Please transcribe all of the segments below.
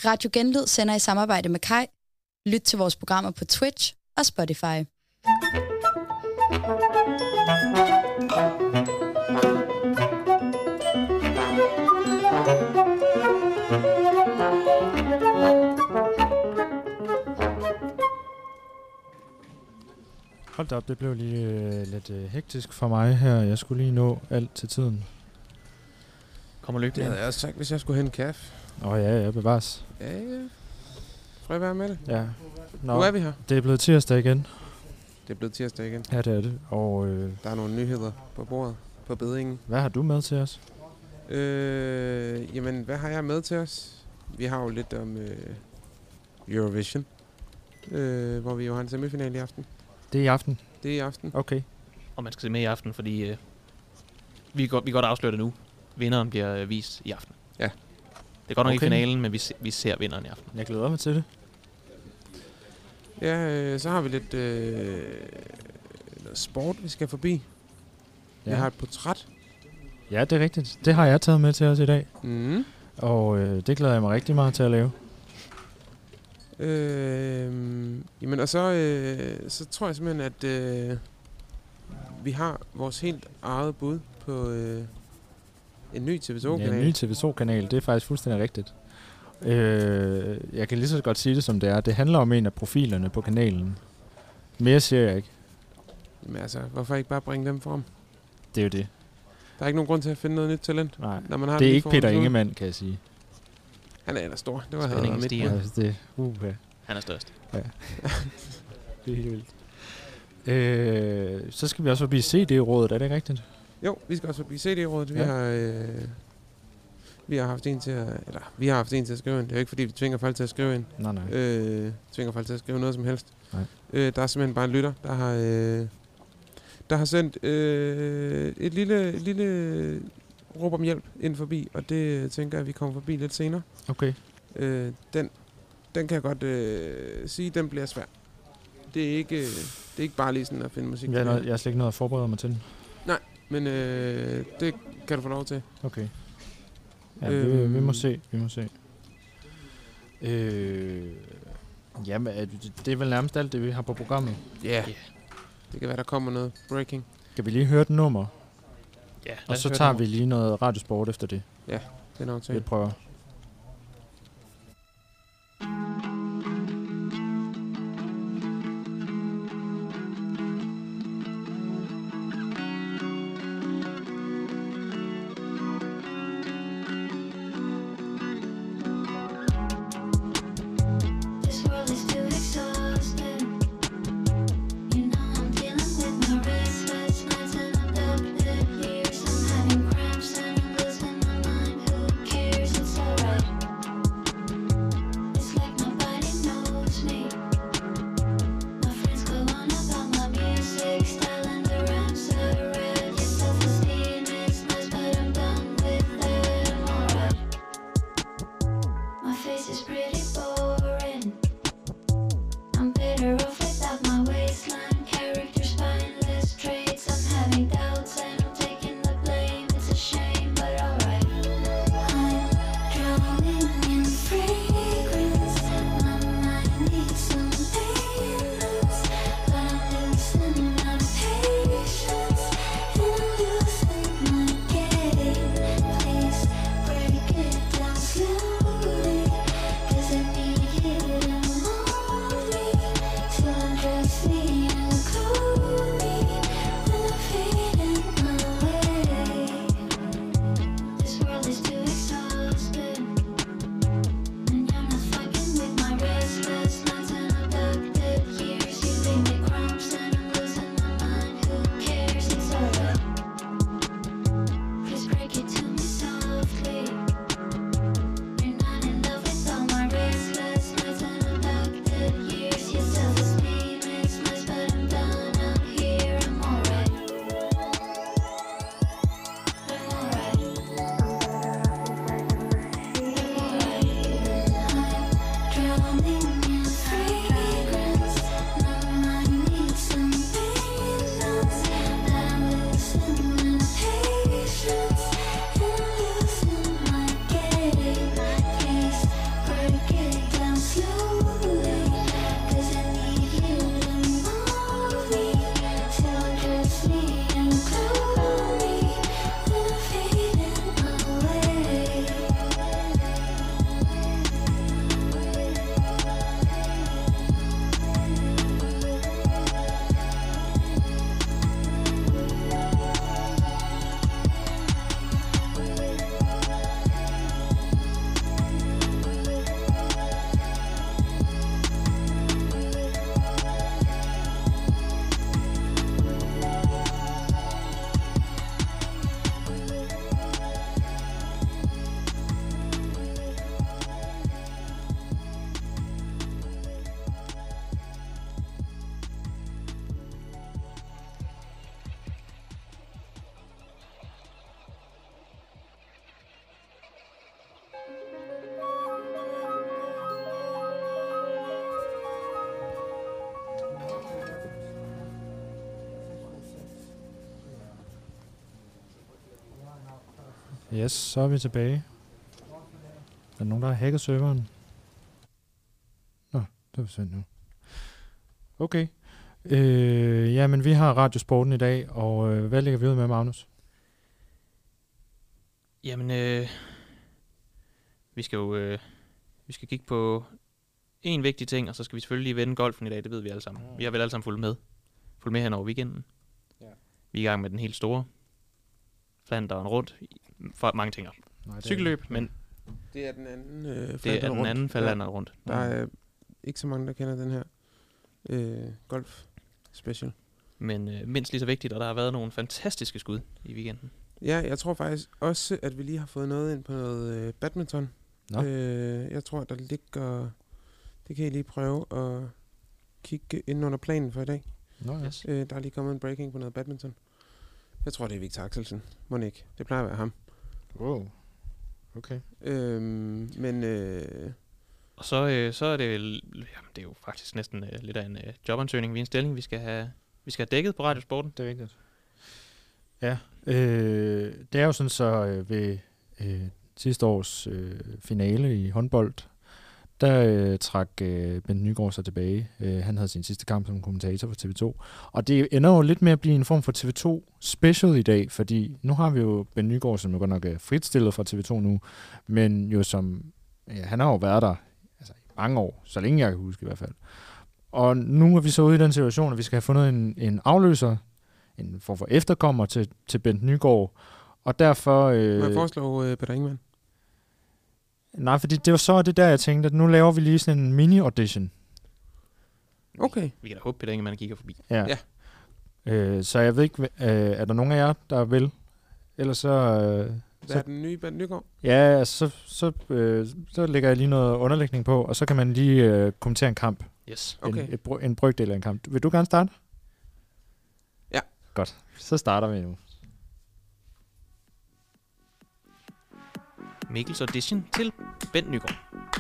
Radio Genlyd sender i samarbejde med Kai. Lyt til vores programmer på Twitch og Spotify. Hold da op, det blev lige lidt hektisk for mig her. Jeg skulle lige nå alt til tiden. Kommer lykke. Det havde jeg også sagt, hvis jeg skulle hente kaffe. Ja, bevares. Ja. Fred være med det. Ja. Nu er vi her. Det er blevet tirsdag igen. Det er blevet tirsdag igen. Ja, det er det. Og der er nogle nyheder på bordet, på bedringen. Hvad har du med til os? Jamen, hvad har jeg med til os? Vi har jo lidt om Eurovision, hvor vi jo har en semifinal i aften. Det er i aften? Det er i aften. Okay. Og man skal se med i aften, fordi vi kan godt afsløre det nu. Vinderen bliver vist i aften. Ja. Det er godt nok i finalen, men vi ser vinderen i aften. Jeg glæder mig til det. Ja, så har vi lidt noget sport, vi skal forbi. Ja. Jeg har et portræt. Ja, det er rigtigt. Det har jeg taget med til os i dag. Mm. Og det glæder jeg mig rigtig meget til at lave. Jamen, og så tror jeg simpelthen, at vi har vores helt eget bud på en ny TV2-kanal. Ja, en ny TV2-kanal. Det er faktisk fuldstændig rigtigt. Jeg kan lige så godt sige det, som det er. Det handler om en af profilerne på kanalen. Mere siger jeg ikke. Men altså, hvorfor ikke bare bringe dem frem? Det er jo det. Der er ikke nogen grund til at finde noget nyt talent. Nej, når man har det er ikke Peter Ingemann, kan jeg sige. Han er ellers stor. Det var Spændingen stiger. Han er størst. Ja. Det er helt vildt. Så skal vi også forbi CD-rådet, er det ikke rigtigt? Jo, vi skal også forbi CD-rådet. Vi har haft en til at skrive ind. Det er jo ikke fordi vi tvinger folk til at skrive ind. Nej. Tvinger folk til at skrive noget som helst. Nej. Der er simpelthen bare en lytter, der har sendt et lille råb om hjælp ind forbi, og det tænker jeg, at vi kommer forbi lidt senere. Okay. Den kan jeg godt sige, den bliver svær. Det er ikke bare lige sådan at finde musik. Jeg har slet ikke noget at forberede mig til. Nej, men det kan du få lov til. Okay. Ja, vi må se. Jamen, det er vel nærmest alt det, vi har på programmet. Ja. Yeah. Det kan være, der kommer noget breaking. Kan vi lige høre et nummer? Ja. Og så tager vi lige noget radiosport efter det. Ja, det er nok til. Vi prøver. Yes, så er vi tilbage. Er der nogen, der har hacket serveren? Nå, det er forsvandt nu. Okay. Jamen, vi har Radiosporten i dag, og hvad lægger vi ud med, Magnus? Jamen, vi skal jo vi skal kigge på en vigtig ting, og så skal vi selvfølgelig lige vende golfen i dag, det ved vi alle sammen. Vi har vel alle sammen fulgt med hen over weekenden. Ja. Vi er i gang med den helt store. Flanderen rundt. For mange ting. Cykelløb, men det er den anden Flanderen rundt. Der er ikke så mange, der kender den her golf special. Men mindst lige så vigtigt, og der har været nogle fantastiske skud i weekenden. Ja, jeg tror faktisk også, at vi lige har fået noget ind på noget badminton. Jeg tror, der ligger... Det kan I lige prøve at kigge ind under planen for i dag. Yes. Der er lige kommet en breaking på noget badminton. Jeg tror, det er Victor Axelsen. Må ikke? Det plejer at være ham. Wow. Okay. Og så er det vel... Jamen, det er jo faktisk næsten lidt af en jobansøgning. Vi er en stilling, vi skal have dækket på Radiosporten. Det er vigtigt. Ja. Det er jo sådan så ved sidste års finale i håndbold, der trak Bent Nygård sig tilbage. Han havde sin sidste kamp som kommentator for TV2. Og det ender jo lidt med at blive en form for TV2 special i dag, fordi nu har vi jo Bent Nygård, som jo godt nok er fritstillet fra TV2 nu, men jo som... Ja, han har jo været der altså, i mange år, så længe jeg kan huske i hvert fald. Og nu er vi så ude i den situation, at vi skal have fundet en afløser, en form for efterkommer til Bent Nygård, og derfor... Må jeg foreslå Peter Ingemann? Nej, fordi det var så det der, jeg tænkte, at nu laver vi lige sådan en mini-audition. Okay. Vi kan da håbe, Peter Ingemann kigger forbi. Ja. Så jeg ved ikke, er der nogen af jer, der vil? Ellers så... Hvad er den nye Bent Nygård? Ja, så lægger jeg lige noget underlægning på, og så kan man lige kommentere en kamp. Yes. Okay. En brygdel af en kamp. Vil du gerne starte? Ja. Godt. Så starter vi nu. Mikkels audition til Bent Nygård.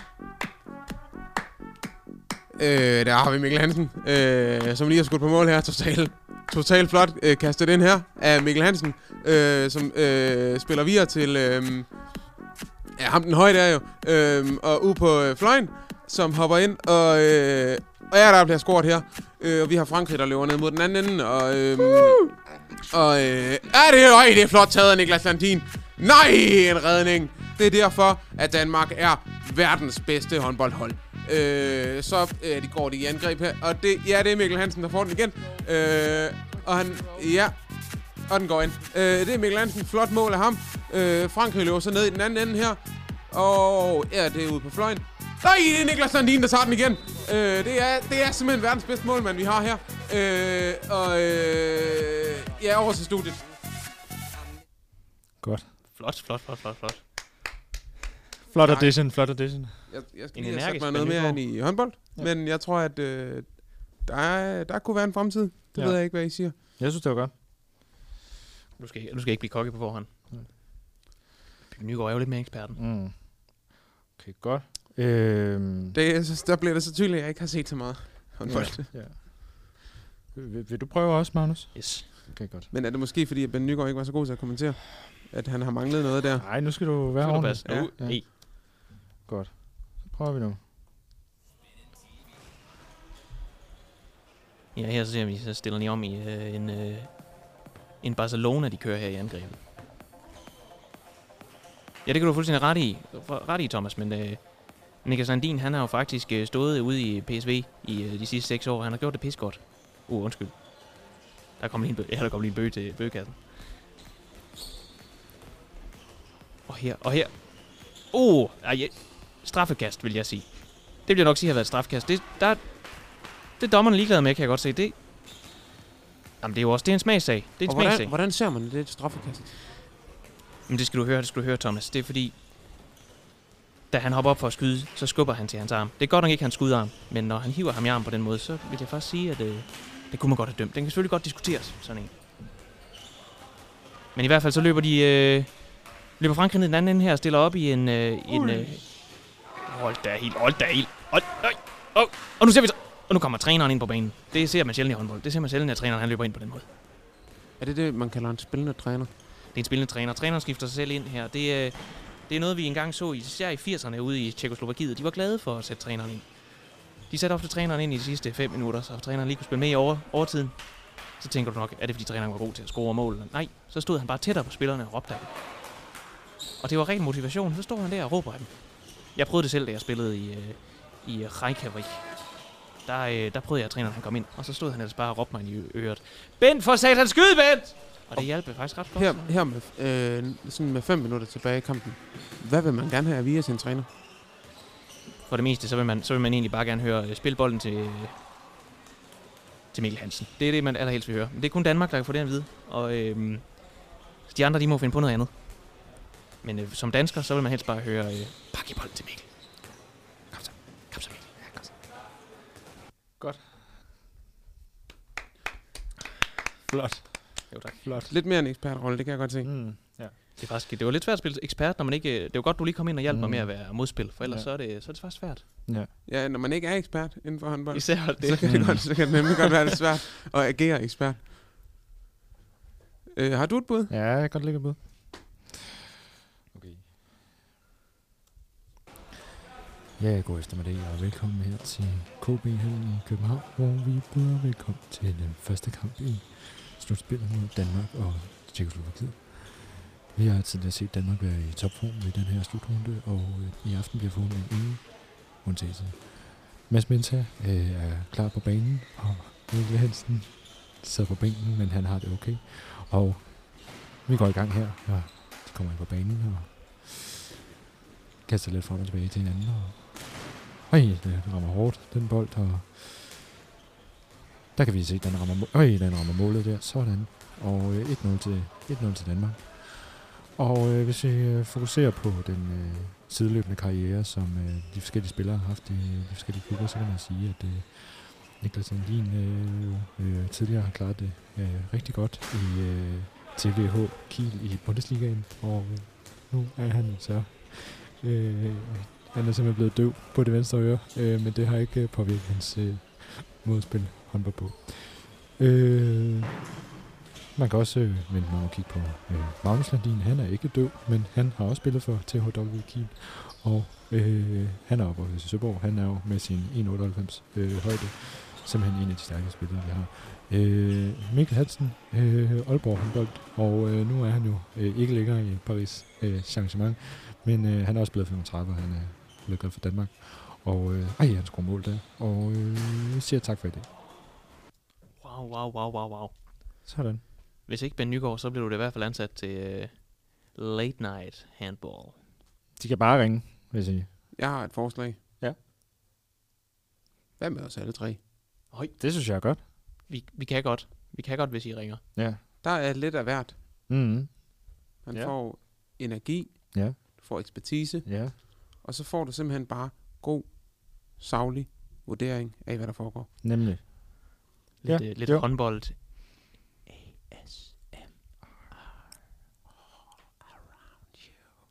Der har vi Mikkel Hansen, som lige har skudt på mål her. Totalt flot kastet ind her af Mikkel Hansen, som spiller videre til ham den høje der jo, og ude på fløjen, som hopper ind, og der bliver scoret her. Og vi har Frankrig, der løber ned mod den anden ende, det er flot taget af Niklas Landin. Nej, en redning! Det er derfor, at Danmark er verdens bedste håndboldhold. De går i angreb her, og det er Mikkel Hansen, der får den igen. Og den går ind. Det er Mikkel Hansen, flot mål af ham. Frankrig løber så ned i den anden ende her. Og det er ude på fløjen. Nej, det er Niklas Landin, der tager den igen. Det er simpelthen verdens bedste målmand, vi har her. Over til studiet. Godt. Flot. Flot audition. Jeg skal lige have sat mig noget mere ind i håndbold, men jeg tror, at der kunne være en fremtid. Det ved jeg ikke, hvad I siger. Jeg synes, det var godt. Du skal ikke blive kokke på forhånd. Bent Nygård er jo lidt mere eksperten. Okay, godt. Der bliver det så tydeligt, at jeg ikke har set så meget håndbold. Ja. Vil du prøve også, Magnus? Yes. Okay, godt. Men er det måske, fordi at Bent Nygård ikke var så god til at kommentere? At han har manglet noget der? Nej, nu skal du være ordentligt. Ja. Godt. Så prøver vi nu. Ja, her ser vi, så stiller de om i en Barcelona, de kører her i angrebet. Ja, det kan du fuldstændig ret i, Thomas, men Niklas Landin, han har jo faktisk stået ude i PSV i de sidste 6 år. Han har gjort det pis godt. Undskyld. Der kommer lige en bøge til bøgekassen. Og her. Straffekast, vil jeg sige. Det bliver nok sige at have været et straffekast. Det er dommerne ligeglade med, kan jeg godt se. Det er jo også en smagssag. Det er en smagssag. Hvordan ser man det straffekast? Men det skal du høre, Thomas. Det er fordi, da han hopper op for at skyde, så skubber han til hans arm. Det er godt nok ikke hans skudarm, men når han hiver ham i armen på den måde, så vil jeg faktisk sige, at det kunne man godt have dømt. Den kan selvfølgelig godt diskuteres, sådan en. Men i hvert fald så løber Frankrig ned den anden ende her og stiller op i en hold da helt. Og nu ser vi så. Og nu kommer træneren ind på banen. Det ser man sjældent i håndbold. Det ser man sjældent, at træneren han løber ind på den måde. Er det, man kalder en spillende træner? er en spillende træner. Træneren skifter sig selv ind her. Det er noget, vi engang så, især i 80'erne ude i Tjekkoslovakiet. De var glade for at sætte træneren ind. De satte ofte træneren ind i de sidste 5 minutter, så træneren lige kunne spille med i overtiden. Så tænker du nok, er det fordi træneren var god til at score mål? Nej, så stod han bare tættere på spillerne og råbte af dem. Og det var ren motivation. Så stod han der og råbte af dem. Jeg prøvede det selv, da jeg spillede i Reykjavik. Der prøvede jeg, at træneren kom ind, og så stod han ellers bare og råbte mig i øret. Bent, for satan, skyd, Bent! Og det hjalp faktisk ret godt. Her med, sådan med 5 minutter tilbage i kampen. Hvad vil man gerne have via sin træner? For det meste, så vil man egentlig bare gerne høre spil bolden til Mikkel Hansen. Det er det, man allerhelst vil høre. Men det er kun Danmark, der kan få det at vide. Og de andre, de må finde på noget andet. Men som dansker, så vil man helst bare høre pak i bolden til Mikkel. Kom så Mikkel. Ja, kom så. Godt. Flot. Jo, tak. Flot. Lidt mere en ekspertrolle, det kan jeg godt se. Ja. Det var lidt svært at spille ekspert, når man ikke... Det var godt, du lige kom ind og hjalp mig med at være modspil, for ellers så er det faktisk svært. Ja, når man ikke er ekspert inden for håndbold, Især det. så kan det nemlig godt være lidt svært at agere ekspert. Har du et bud? Ja, jeg kan godt lægge et bud. Okay. Ja, god eftermiddag og velkommen her til KB-hallen i København, hvor vi byder velkommen til den første kamp i slutspillet mod Danmark og Tjekkoslovakiet. Vi har tidligere set Danmark være i topform i den her slutrunde, og i aften bliver fundet en undtagelse. Mads Mensah er klar på banen, og Mikkel Hansen sidder på bænken, men han har det okay. Og vi går i gang her, og så kommer ind på banen og kaster lidt frem og tilbage til hinanden. Og det rammer hårdt, den bold, og der kan vi se, den rammer målet der, sådan. Og 1-0 til Danmark. Og hvis vi fokuserer på den sideløbende karriere, som de forskellige spillere har haft i de forskellige klubber, så kan man sige, at Niklas Sandin tidligere har klaret det rigtig godt i TVH Kiel i Bundesligaen, og nu er han så han er simpelthen blevet døv på det venstre øre, men det har ikke påvirket hans måde at spille håndbold på. Man kan også vente mig at kigge på Magnus Landin. Han er ikke døv, men han har også spillet for THW Kiel, og han er oppe i Søborg. Han er jo med sin 1,98 højde simpelthen en af de stærkeste spillere, vi har. Mikkel Hansen, Aalborg håndbold, og nu er han jo ikke længere i Paris Saint-Germain, men han er også blevet 35, og han er blevet glad for Danmark. Og han scorer mål der, og jeg siger tak for i dag. Wow. Sådan. Hvis ikke Ben Nygaard, så bliver du i hvert fald ansat til late night handball. De kan bare ringe, vil jeg sige. Jeg har et forslag. Ja. Hvad med os alle tre? Det synes jeg er godt. Vi kan godt. Vi kan godt, hvis I ringer. Ja. Der er lidt af hvert. Mm-hmm. Man får energi, ja. Du får ekspertise, ja. Og så får du simpelthen bare god, saglig vurdering af, hvad der foregår. Nemlig. Lidt håndbold. ASMR. Around you.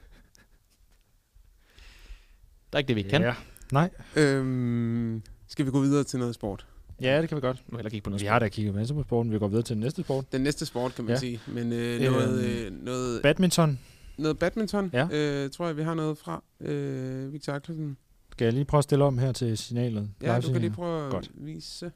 Der er ikke det, vi kan. Ja. Nej. Skal vi gå videre til noget sport? Ja, det kan vi godt. Nu heller kigge på noget vi har da kigget masser på sporten. Vi går videre til den næste sport. Den næste sport, kan man sige. Men noget... Badminton. Noget badminton, ja. Tror jeg, vi har noget fra Victor Axelsen. Skal jeg lige prøve at stille om her til signalet? Ja, du kan lige prøve at vise.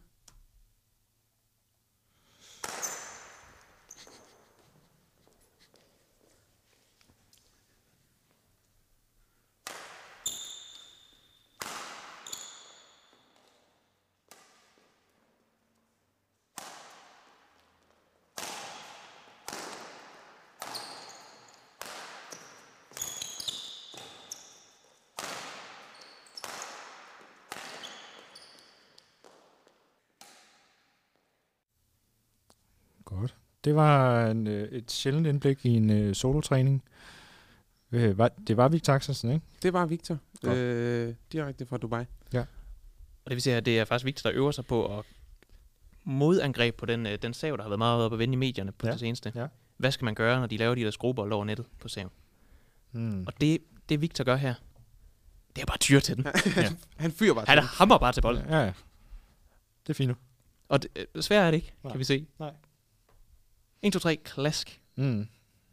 Godt. Det var et sjældent indblik i en solotræning. Det var Victor Axelsen, ikke? Det var Victor. Direkte fra Dubai. Ja. Og det vil sige, at det er faktisk Victor, der øver sig på at modangreb på den sav, der har været meget oppe at vende i medierne på det seneste. Ja. Hvad skal man gøre, når de laver de der skruebold over nettet på saven? Og det Victor gør her, det er bare tyre til den. Han fyrer bare til den. Han hammer bare til bolden. Ja. Det er fint. Og svært er det ikke, kan vi se. Nej. 1, 2, 3, klask.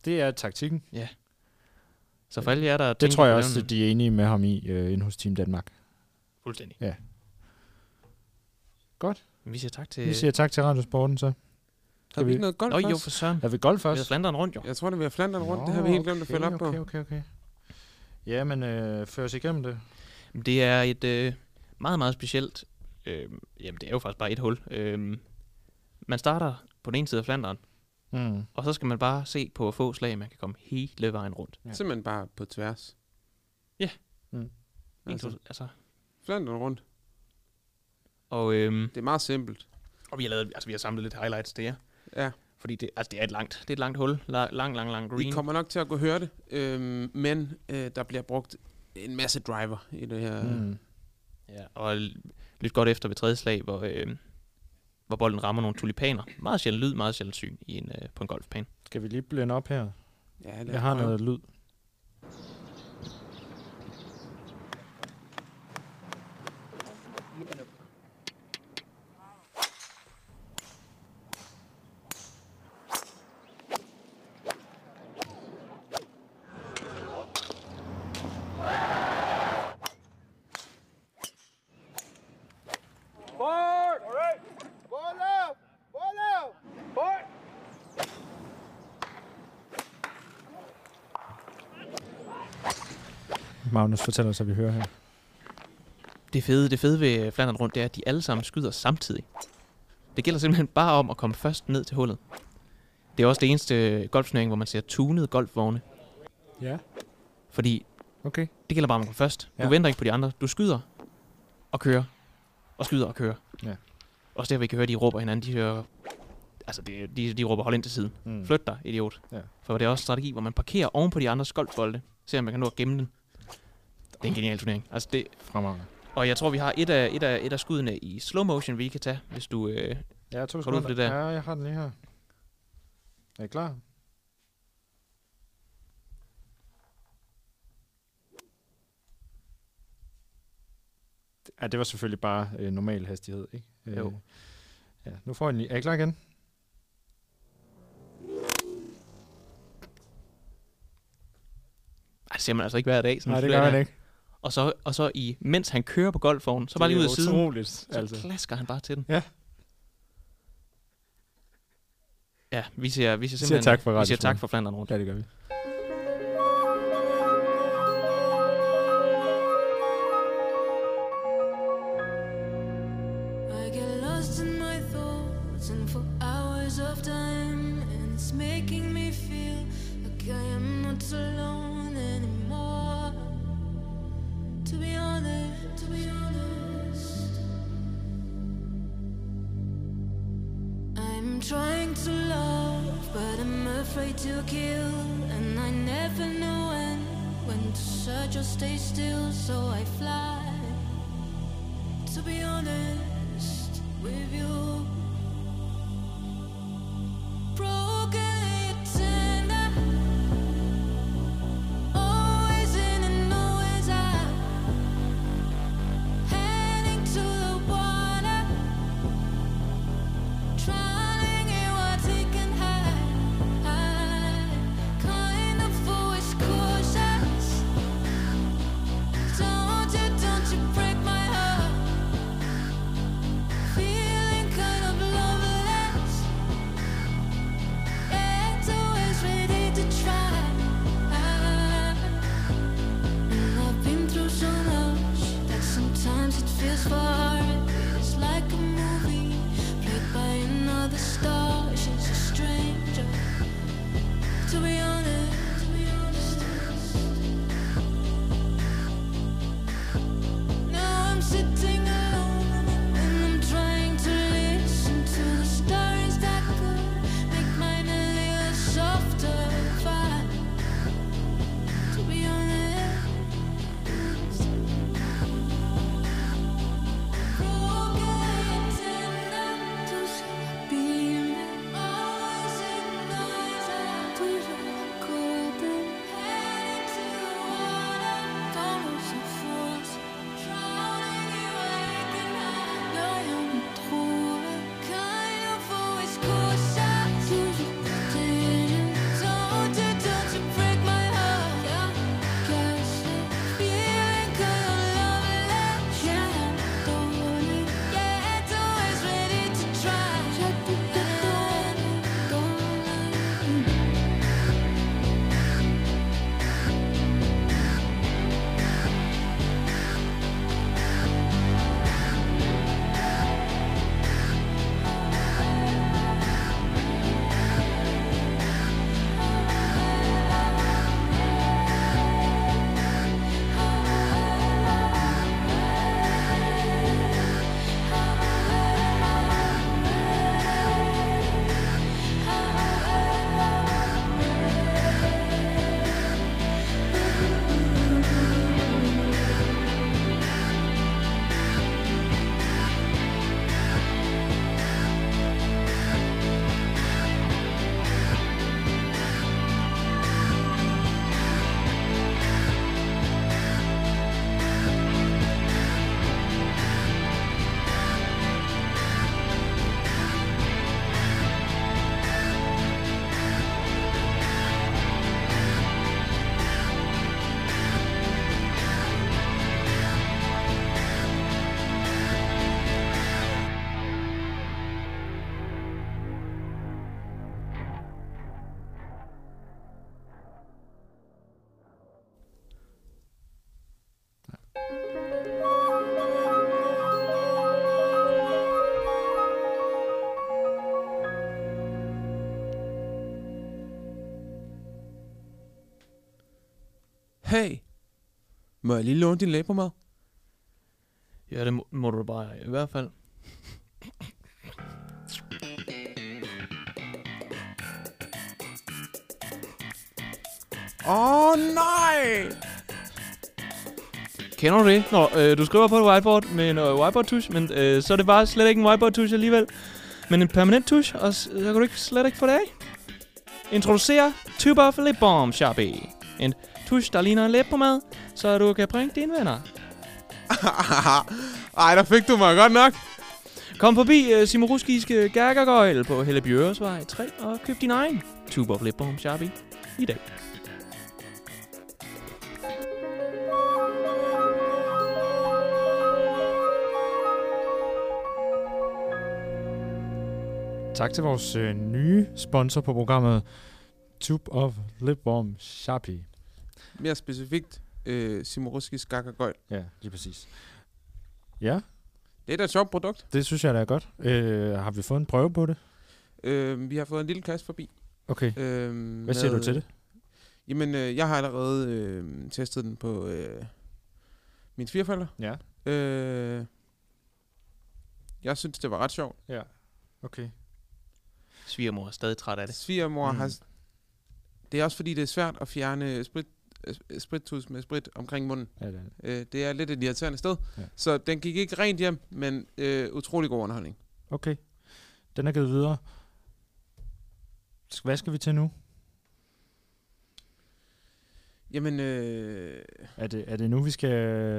Det er taktikken. Ja. Så for alle jer, der Det tror jeg også, at de er enige med ham i inde hos Team Danmark. Fuldstændig. Ja. Godt. Vi siger tak til... Vi siger tak til Radiosporten, så. Har vi ikke noget golf Jo, for søren. Er vi golf først? Vi har Flanderen rundt, jo. Jeg tror, det vil være Flanderen rundt. Det har vi helt glemt at følge op på. Okay. Ja, men før os igennem det. Det er et meget, meget specielt... jamen, det er jo faktisk bare et hul. Man starter på den ene side af Flanderen, og så skal man bare se på at få slag, man kan komme hele vejen rundt. Ja. Simpelthen bare på tværs. Ja. Altså, Flanderen rundt. Og, det er meget simpelt. Og vi har samlet lidt highlights der. Ja. Fordi det er et langt hul. Lang green. I kommer nok til at kunne høre det. Men der bliver brugt en masse driver i det her. Ja, og lyt godt efter ved tredje slag, hvor bolden rammer nogle tulipaner. Meget sjældent lyd, meget sjældent syn på en golfbane. Skal vi lige blende op her? Ja, jeg har noget lyd. Magnus, fortæl os, hvad vi hører her. Det fede ved Flandern rundt, det er, at de alle sammen skyder samtidig. Det gælder simpelthen bare om at komme først ned til hullet. Det er også det eneste golfturnering, hvor man ser tunede golfvogne. Ja. Fordi det gælder bare om at komme først. Ja. Du venter ikke på de andre. Du skyder og kører. Og skyder og kører. Ja. Også der, vi kan høre, de råber hinanden. De hører... Altså, de råber hold ind til siden. Flyt dig, idiot. Ja. For det er også en strategi, hvor man parkerer oven på de andres golfbolde. Se om man kan nå at gemme den. Det er en genial turnering. Altså, det fremragende. Og jeg tror, vi har et af skuddene i slow motion, vi kan tage, hvis du... ja, 2 sekunder. Det der. Ja, jeg har den lige her. Er I klar? Ja, det var selvfølgelig bare normal hastighed, ikke? Jo. Ja, nu får jeg den lige. Er I klar igen? Det ser man altså ikke hver dag. Nej, det gør man ikke. Og så mens han kører på golfvognen, så bare lige ud af siden. Utroligt, så klasker han bare til den. Ja. Ja, vi siger simpelthen tak for Flandern rundt. Ja, det gør vi. Trying to love, but I'm afraid to kill, and I never know when to search or stay still, so I fly. To be honest with you, broken yet tender, always in and always out, heading to the water, trying. Må jeg lige låne din læbemad? Ja, det må du bare i hvert fald. Nej! Kender du det? Når du skriver på et whiteboard med en whiteboard-tusch, men så er det bare slet ikke en whiteboard-tusch alligevel. Men en permanent tusch, og så kan du slet ikke få det af. Introducer Tube of Lip Balm Sharpie. En tusch, der ligner en læbepomade, så du kan bringe dine venner. Ej, der fik du mig godt nok. Kom forbi Simoruskiske Gærgergøjl på Helle Bjøresvej 3 og køb din egen Tube of Lip Balm Sharpie i dag. Tak til vores nye sponsor på programmet, Tube of Lip Balm Sharpie. Mere specifikt, Simoruskis Gærgergøjl. Ja, lige præcis. Ja, Det er da et sjovt produkt. det synes jeg da er godt. Har vi fået en prøve på det? Vi har fået en lille kasse forbi. Okay. Hvad siger du til det? Jamen, jeg har allerede testet den på mine svigerforældre. Ja. Jeg synes, det var ret sjovt. Ja. Okay. Svigermor er stadig træt af det. Svigermor har... Det er også fordi, det er svært at fjerne sprittus med sprit omkring munden. Ja, det er. Det er lidt et irriterende sted. Ja. Så den gik ikke rent hjem, men utrolig god underholdning. Okay. Den er givet videre. Hvad skal vi til nu? Jamen, Er det nu, vi skal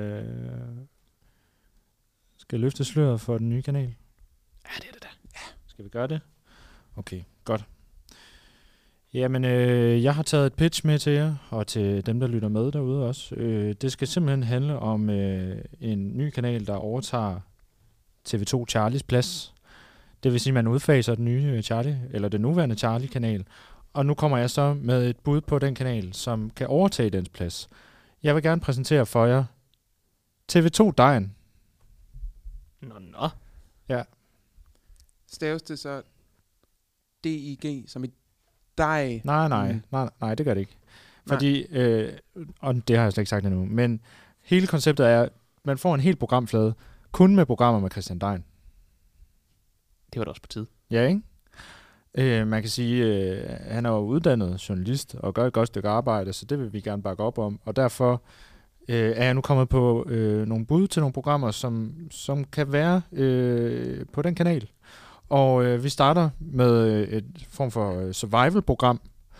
løfte sløret for den nye kanal? Ja, det er det da. Skal vi gøre det? Okay, godt. Jamen, jeg har taget et pitch med til jer, og til dem, der lytter med derude også. Det skal simpelthen handle om en ny kanal, der overtager TV2 Charlies plads. Det vil sige, at man udfaser den nye Charlie, eller den nuværende Charlie-kanal. Og nu kommer jeg så med et bud på den kanal, som kan overtage dens plads. Jeg vil gerne præsentere for jer TV2 Dejen. Nå. Ja. staves det så D-I-G som i dig? Nej, det gør det ikke. Fordi, og det har jeg slet ikke sagt endnu, men hele konceptet er, at man får en hel programflade, kun med programmer med Christian Dejen. Det var da også på tid. Ja, ikke? Man kan sige, han er jo uddannet journalist og gør et godt stykke arbejde, så det vil vi gerne bakke op om. Og derfor er jeg nu kommet på nogle bud til nogle programmer, som kan være på den kanal. Og vi starter med et form for survival-program,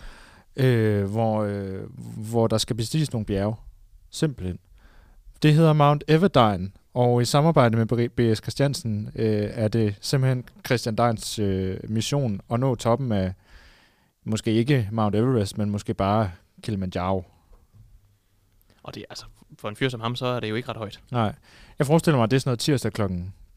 hvor der skal bestiges nogle bjerge. Simpelthen. Det hedder Mount Everdine, og i samarbejde med B.S. Christiansen er det simpelthen Christian Dejns mission at nå toppen af, måske ikke Mount Everest, men måske bare Kilimanjaro. Og det, altså, for en fyr som ham, så er det jo ikke ret højt. Nej. Jeg forestiller mig, at det er sådan noget tirsdag kl. 20.45.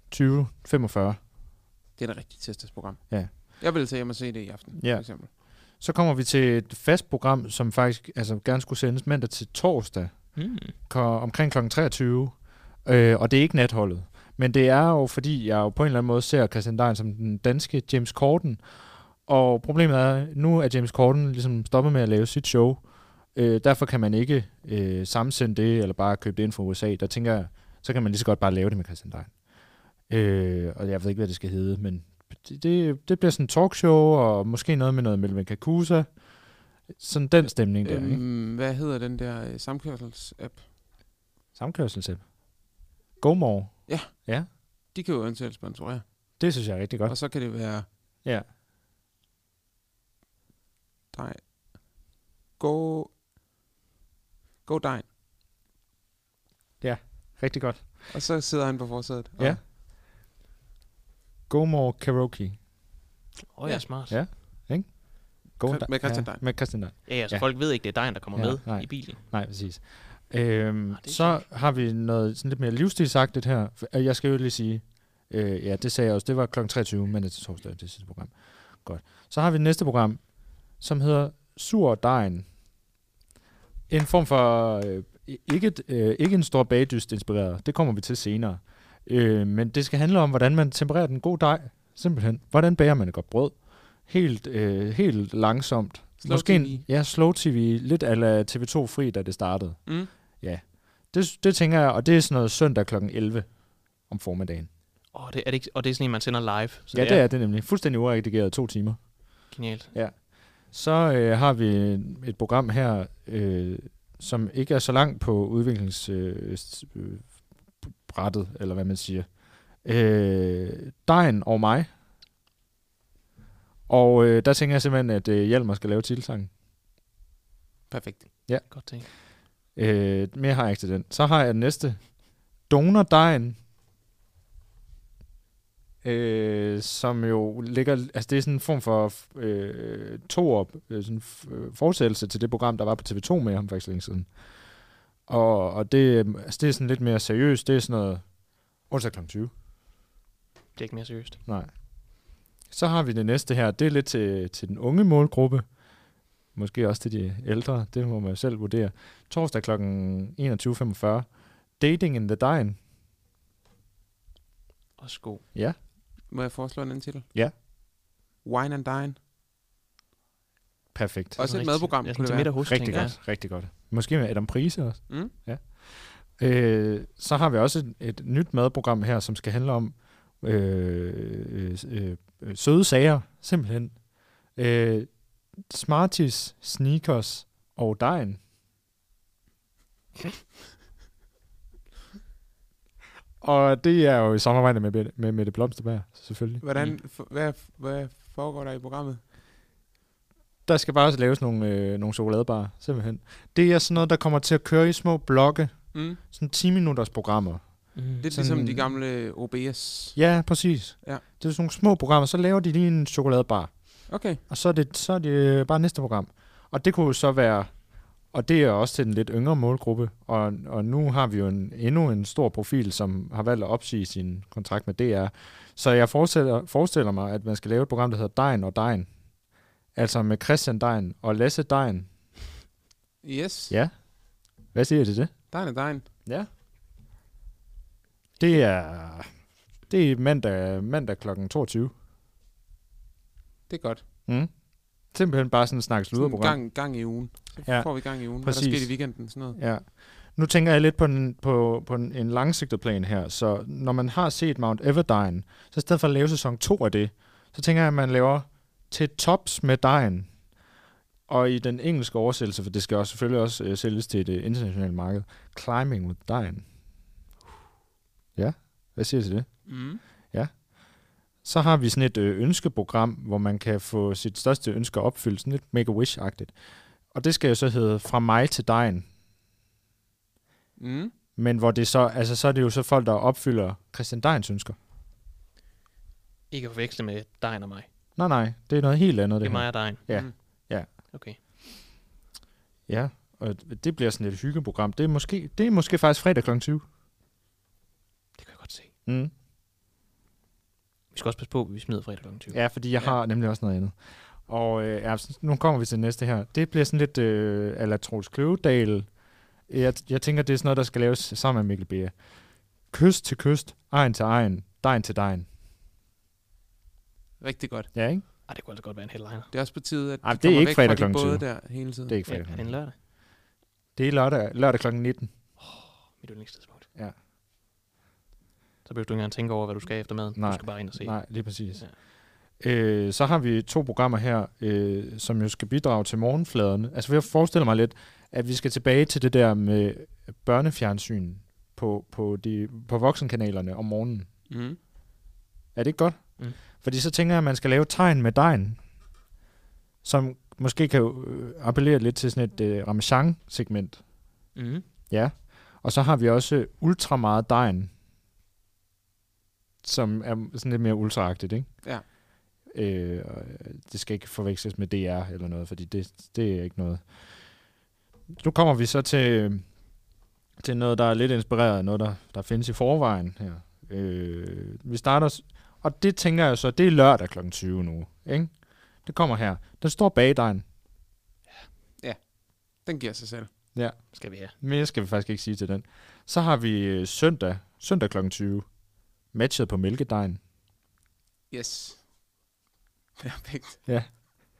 Det er da rigtigt tirsdagsprogram. Ja. Jeg vil tage hjem og se det i aften, Ja. for eksempel. Så kommer vi til et fast program, som faktisk gerne skulle sendes mandag til torsdag, omkring kl. 23. Og det er ikke natholdet. Men det er jo, fordi jeg jo på en eller anden måde ser Christian Dejen som den danske James Corden. Og problemet er, nu er James Corden ligesom stoppet med at lave sit show. Derfor kan man ikke sammensende det, eller bare købe det ind fra USA. Der tænker jeg, så kan man lige så godt bare lave det med Christian Dejen. Og jeg ved ikke, hvad det skal hedde, men det bliver sådan en talkshow, og måske noget med noget Melvin Kakusa. Sådan den stemning der, ikke? Hvad hedder den der samkørsels-app? Samkørselsapp. GoMore. Ja. De kan jo eventuelt sponsorere. Det synes jeg er rigtig godt. Og så kan det være... Ja. Nej. Go Dejen. Rigtig godt. Og så sidder han på forsædet. Ja. GoMore Karaoke. Ja, smart. Ja. Ikke? Med Christian Dejen. Med Christian Dejen. Ja, så Ja. folk ved ikke, det er Dejen, der kommer med nej. i bilen. Nej, præcis. er Så har vi noget sådan lidt mere livsstilsagtigt her. Jeg skal jo lige sige, ja, det sagde jeg også, det var kl. 23 mandag til torsdag, det sidste program. Godt. Så har vi det næste program, som hedder Sur Dejen. En form for, ikke en stor bagdyst inspireret, det kommer vi til senere. Men det skal handle om, hvordan man tempererer den gode dej, simpelthen. Hvordan bager man et godt brød? Helt langsomt. Slow TV. Slow TV, lidt a la TV2 Fri, da det startede. Mm. Ja, Det tænker jeg, og det er sådan noget søndag kl. 11 om formiddagen. Det er sådan en, man sender live. Så Ja, det er det nemlig. Fuldstændig uredigeret 2 timer. Genialt. Ja. Så har vi et program her, som ikke er så langt på udviklingsbrættet, eller hvad man siger. Dejen og mig. Og der tænker jeg simpelthen, at Hjalmar skal lave titelsangen. Perfekt. Ja. Godt tænkt. Mere har jeg ikke til den. Så har jeg den næste. Donor-dejen. Som jo ligger... Altså, det er sådan en form for fortsættelse til det program, der var på TV2 med ham for ikke så længe siden. Og det er sådan lidt mere seriøst. Det er sådan noget... onsdag kl. 20. Det er ikke mere seriøst. Nej. Så har vi det næste her. Det er lidt til den unge målgruppe. Måske også til de ældre. Det må man selv vurdere. Torsdag kl. 21.45. Dating in the Dine. Også god. Ja. Må jeg foreslå en anden titel? Ja. Wine and Dine. Perfekt. Også et madprogram, kunne kunne det det være. være. Rigtig godt. Rigtig godt. Måske med Adam Prise også. Mm. Ja. Så har vi også et nyt madprogram her, som skal handle om søde sager, simpelthen. Smarties, Sneakers og Dejen. Og det er jo i samarbejde med Mette Blomsterberg, selvfølgelig. Hvad foregår der i programmet? Der skal bare også laves nogle chokoladebarer, simpelthen. Det er sådan noget, der kommer til at køre i små blokke. Sådan 10-minutters programmer. Lidt sådan, ligesom de gamle OBS. Ja, præcis. Ja. Det er sådan nogle små programmer, så laver de lige en chokoladebar. Okay. Og så er det bare næste program. Og det kunne så være... Og det er også til den lidt yngre målgruppe. Og nu har vi jo endnu en stor profil, som har valgt at opsige sin kontrakt med DR. Så jeg forestiller mig, at man skal lave et program, der hedder Dejen og Dejen. Altså med Christian Dejen og Lasse Dejen. Yes. Ja. Hvad siger I til det? Dejen og Dejen. Ja. Det er mandag kl. 22. Det er godt. Simpelthen bare sådan en snak sluderprogram. Gang i ugen. Så får vi gang i ugen. Præcis. Hvad der sker i weekenden, sådan noget. Ja. Nu tænker jeg lidt på en langsigtet plan her. Så når man har set Mount Everdejen, så i stedet for at lave sæson 2 af det, så tænker jeg, at man laver til tops med dejen. Og i den engelske oversættelse, for det skal også selvfølgelig også sælges til det internationale marked, Climbing with Dejen. Ja, hvad siger du til det? Ja. Så har vi sådan et ønskeprogram, hvor man kan få sit største ønske opfyldt, sådan lidt Make-A-Wish-agtigt. Og det skal jo så hedde Fra mig til dejen. Men hvor det så, altså så er det jo så folk, der opfylder Christian Dejens ønsker. Ikke at forveksle med Dejen og mig. Nej, det er noget helt andet. Det er mig og Dejen. Ja. Ja. Okay. Ja, og det bliver sådan et hyggeprogram. Det er måske faktisk fredag kl. 20. Det kan jeg godt se. Vi skal også passe på, at vi smider fredag kl. 20. Ja, fordi jeg har nemlig også noget andet. Og nu kommer vi til næste her. Det bliver sådan lidt a la Troels Kløvedal. Jeg tænker, det er sådan noget, der skal laves sammen med Mikkel Beer. Kyst til kyst, egen til egen, dejen til dejen. Rigtig godt. Ja, ikke? Det kunne altså godt være en headliner. Det er også på tide, at det er ikke fredag kl. 20. Både der hele tiden. Det er ikke fredag. Ja, er det en lørdag? Det er lørdag kl. 19. Mit yndlingstidspunkt. Ja. Så behøver du ikke engang tænke over, hvad du skal efter maden. Nej. Du skal bare ind og se. Nej, lige præcis. Ja. Så har vi 2 programmer her, som jo skal bidrage til morgenfladerne. Altså, jeg forestiller mig lidt, at vi skal tilbage til det der med børnefjernsyn på voksenkanalerne om morgenen. Er det ikke godt? Fordi så tænker jeg, at man skal lave tegn med dejen, som måske kan appellere lidt til sådan et Ramachan-segment. Ja. Og så har vi også ultra meget dejen, som er sådan lidt mere ultraagtigt, ikke? Ja. Det skal ikke forveksles med DR eller noget, fordi det er ikke noget. Nu kommer vi så til noget, der er lidt inspireret af noget, der findes i forvejen her. Vi starter, og det tænker jeg så, det er lørdag kl. 20 nu, ikke? Det kommer her. Der står bagdejen. Ja, den giver sig selv. Ja. Skal vi have. Mere skal vi faktisk ikke sige til den. Så har vi søndag kl. 20. Matchet på mælkedejen. Yes. Perfekt. Ja.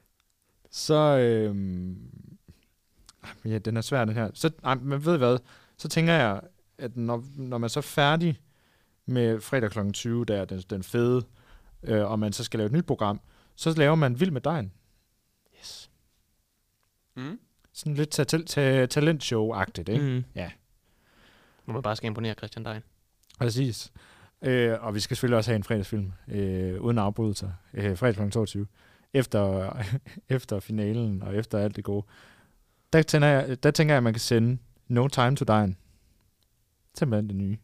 Så, ja, den er svær, den her. Så, men ved I hvad? så tænker jeg, at når man så er færdig med fredag kl. 20, der er den fede, og man så skal lave et nyt program, så laver man Vild med Dejen. Yes. Mm. Sådan lidt talentshow-agtigt, ikke? Mm. Ja. Hvor man bare skal imponere Christian Dein. Præcis. Og vi skal selvfølgelig også have en fredagsfilm, uden afbrydelser, fredag kl. 22. Efter finalen, og efter alt det gode. Der tænker jeg, at man kan sende No Time to Dine. Simpelthen det nye.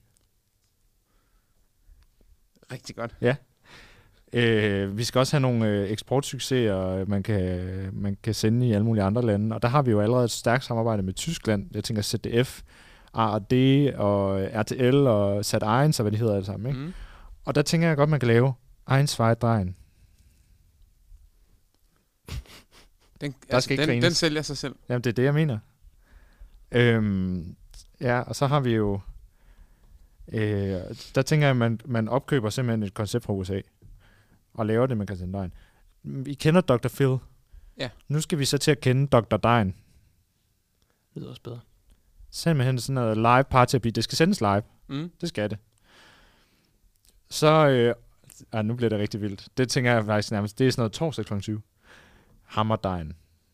Rigtig godt. Ja. Vi skal også have nogle eksportsucceser, man kan sende i alle mulige andre lande. Og der har vi jo allerede et stærkt samarbejde med Tyskland. Jeg tænker ZDF, ARD og RTL og Sat1, og hvad det hedder alle sammen. Ikke? Mm. Og der tænker jeg godt, man kan lave Eins, Zwei, Dreien. Den sælger sig selv. Jamen, det er det, jeg mener. Ja, og så har vi jo... der tænker jeg, at man opkøber simpelthen et koncept fra USA, og laver det med Christian Dein. Vi kender Dr. Phil. Ja. Nu skal vi så til at kende Dr. Dein. Det lyder også bedre. Simpelthen sådan noget live parterapi. Det skal sendes live. Mm. Det skal det. Så... nu bliver det rigtig vildt. Det tænker jeg faktisk nærmest. Det er sådan noget torsdag kl. 20. Hammer Dein.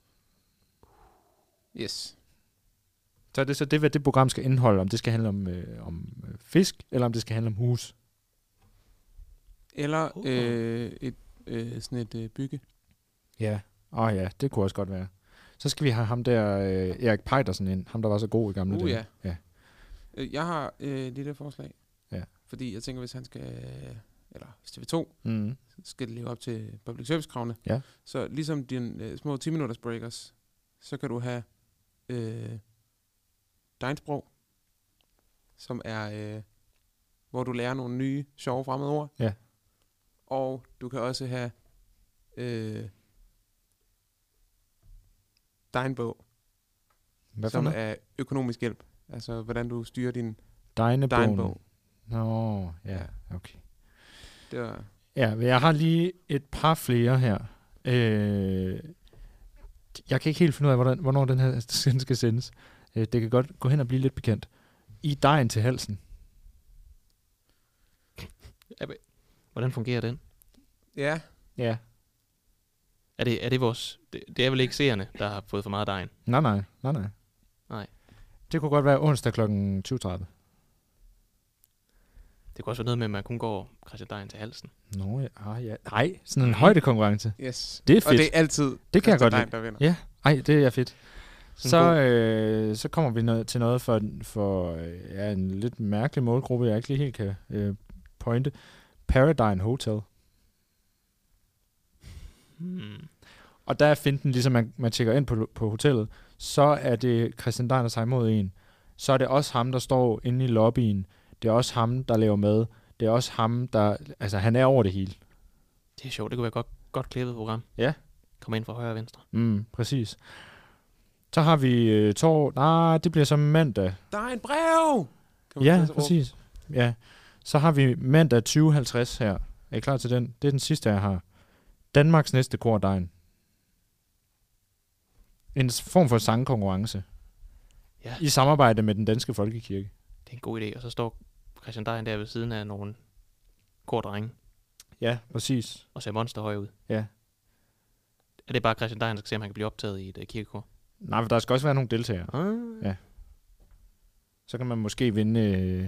Yes. Så er det så det, hvad det program skal indeholde. Om det skal handle om fisk, eller om det skal handle om hus. Eller sådan et bygge. Ja. Ja, det kunne også godt være. Så skal vi have ham der, Erik Peitersen ind. Ham, der var så god i gamle dage. Ja. Jeg har lidt forslag. Ja. Fordi jeg tænker, hvis han skal... Eller hvis TV2 skal det leve op til public service-kravene. Ja. Så ligesom dine små 10-minutters breakers, så kan du have Deinsprog, som er, hvor du lærer nogle nye, sjove fremmede ord. Ja. Og du kan også have Deinbog, som er økonomisk hjælp. Altså, hvordan du styrer din Deinbog. Nå, ja, okay. Det var... Ja, jeg har lige et par flere her. Jeg kan ikke helt finde ud af, hvornår den her skal sendes. Det kan godt gå hen og blive lidt bekendt. I dejen til halsen. Hvordan fungerer den? Ja. Ja. Er det vores... Det er vel ikke seerne, der har fået for meget dejen? Nej. Det kunne godt være onsdag kl. 20.30. Det kunne også være noget med, at man kun går Christian Dein til halsen. Nå, ja. Nej, sådan en højdekonkurrence. Yes. Det er fedt. Og det er altid det kan jeg godt lide. Der vinder. Ja, det er fedt. Så kommer vi til noget for en lidt mærkelig målgruppe, jeg ikke lige helt kan pointe. Paradigm Hotel. Og der er finten, ligesom man tjekker ind på hotellet, så er det Christian Dein, der tager imod en. Så er det også ham, der står inde i lobbyen. Det er også ham, der laver mad. Det er også ham, der... Altså, han er over det hele. Det er sjovt. Det kunne være godt klippet program. Ja. Kommer ind fra højre og venstre. Præcis. Så har vi det bliver så mandag. Der er en brev! Ja, præcis. Ja. Så har vi mandag 2050 her. Er I klar til den? Det er den sidste, jeg har. Danmarks næste kor Dein. En form for sangkonkurrence. Ja. I samarbejde med den danske folkekirke. Det er en god idé. Og så står Christian Dein der ved siden af nogle kordrenge. Ja, præcis. Og ser monsterhøj ud. Ja. Er det bare Christian Dein, der skal se, om han kan blive optaget i et kirkekor? Nej, for der skal også være nogle deltagere. Ja. Så kan man måske vinde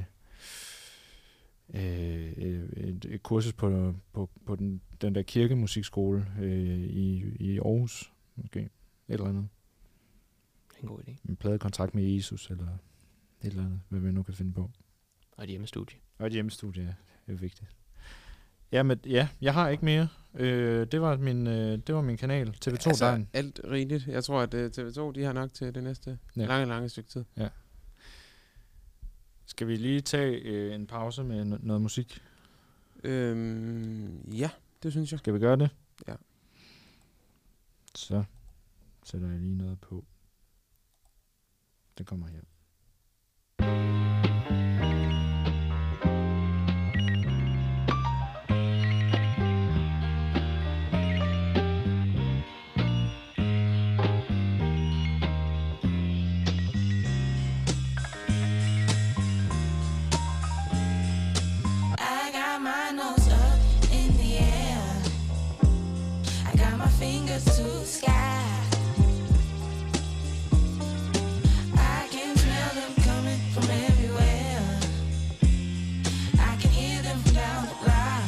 et kursus på den der kirkemusikskole i Aarhus. Måske. Et eller andet. Det er en god idé. En pladekontrakt med Jesus, eller et eller andet, hvad vi nu kan finde på. Og et hjemmestudie. Og et hjemmestudie, ja. Det er vigtigt. Jamen, ja, jeg har ikke mere. Det var min kanal, TV2 altså, Dein. Alt rigeligt. Jeg tror, at TV2, de har nok til det næste lange stykke tid. Ja. Skal vi lige tage en pause med noget musik? Ja, det synes jeg. Skal vi gøre det? Ja. Så sætter jeg lige noget på. Det kommer her. fingers to the sky. I can smell them coming from everywhere. I can hear them from down the block.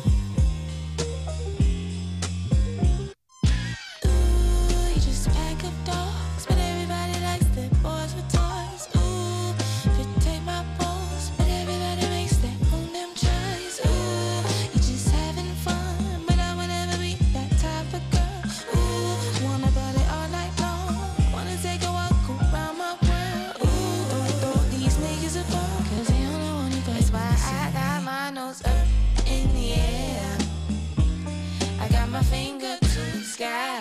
Ooh, you just pack up dogs, but everybody likes their boys with toys. Ooh, if you take my balls, but everybody makes their own damn choice. Ooh, you just having fun, but I would never be that type of girl. Ooh, wanna party all night long, wanna take a walk around my world. Ooh, throw these niggas a ball, 'cause they only wanna go. That's why I got my nose up in the air. I got my finger to the sky.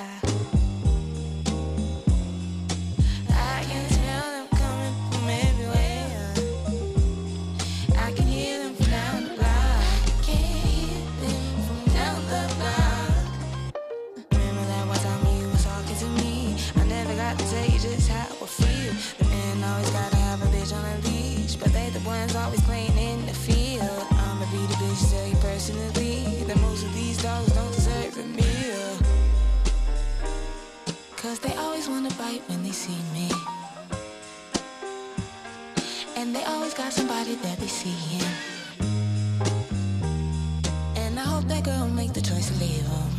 I can smell them coming from everywhere. I can hear them from down the block. Can hear them from down the block. Remember that one time when you was talking to me? I never got to tell you just how I feel. The men always gotta have a bitch on a leash, but they the ones always playing in the field. I'ma be the bitch to tell you personally that most of these dogs don't deserve a meal. 'Cause they always wanna bite when they see me, and they always got somebody that they see in. And I hope that girl make the choice to leave him.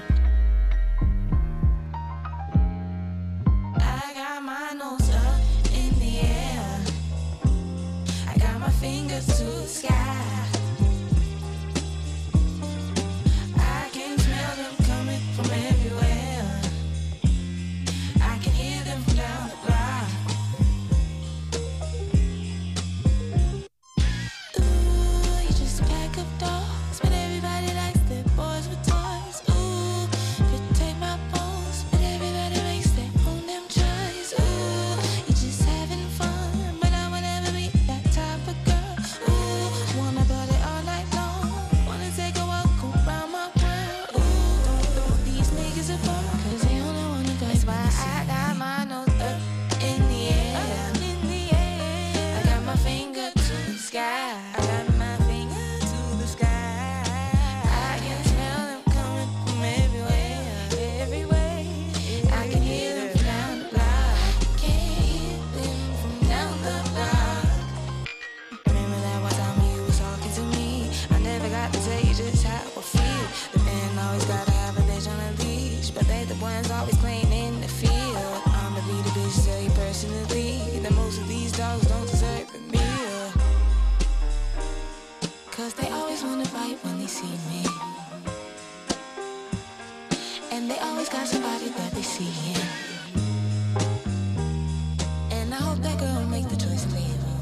I got my nose up in the air. I got my fingers to the sky. I can smell them coming from everywhere. I can hear them from down the block. Ooh, you just pack up dogs, but everybody likes their boys with toys. Ooh, if you take my balls, but everybody makes their own damn choice. Ooh, you're just having fun, but I would never be that type of girl. Ooh, wanna party all night long, wanna take a walk around my world. Ooh, throw these niggas a ball, 'cause they only wanna go. That's why I got my nose up in the air. I got my finger to the sky. I got my finger to the sky. I can smell them coming from everywhere, everywhere. I can hear them from down the block. Can hear them from down the block. Remember that one time when you was talking to me? I never got to tell you just how I feel. The men always gotta have a bitch on a leash, but they the ones always playing in the field. I'ma be the bitch to tell you personally that most of these dogs don't deserve a meal. 'Cause they always wanna bite when they see me, and they always got somebody that they see in. And I hope that girl make the choice to leave him.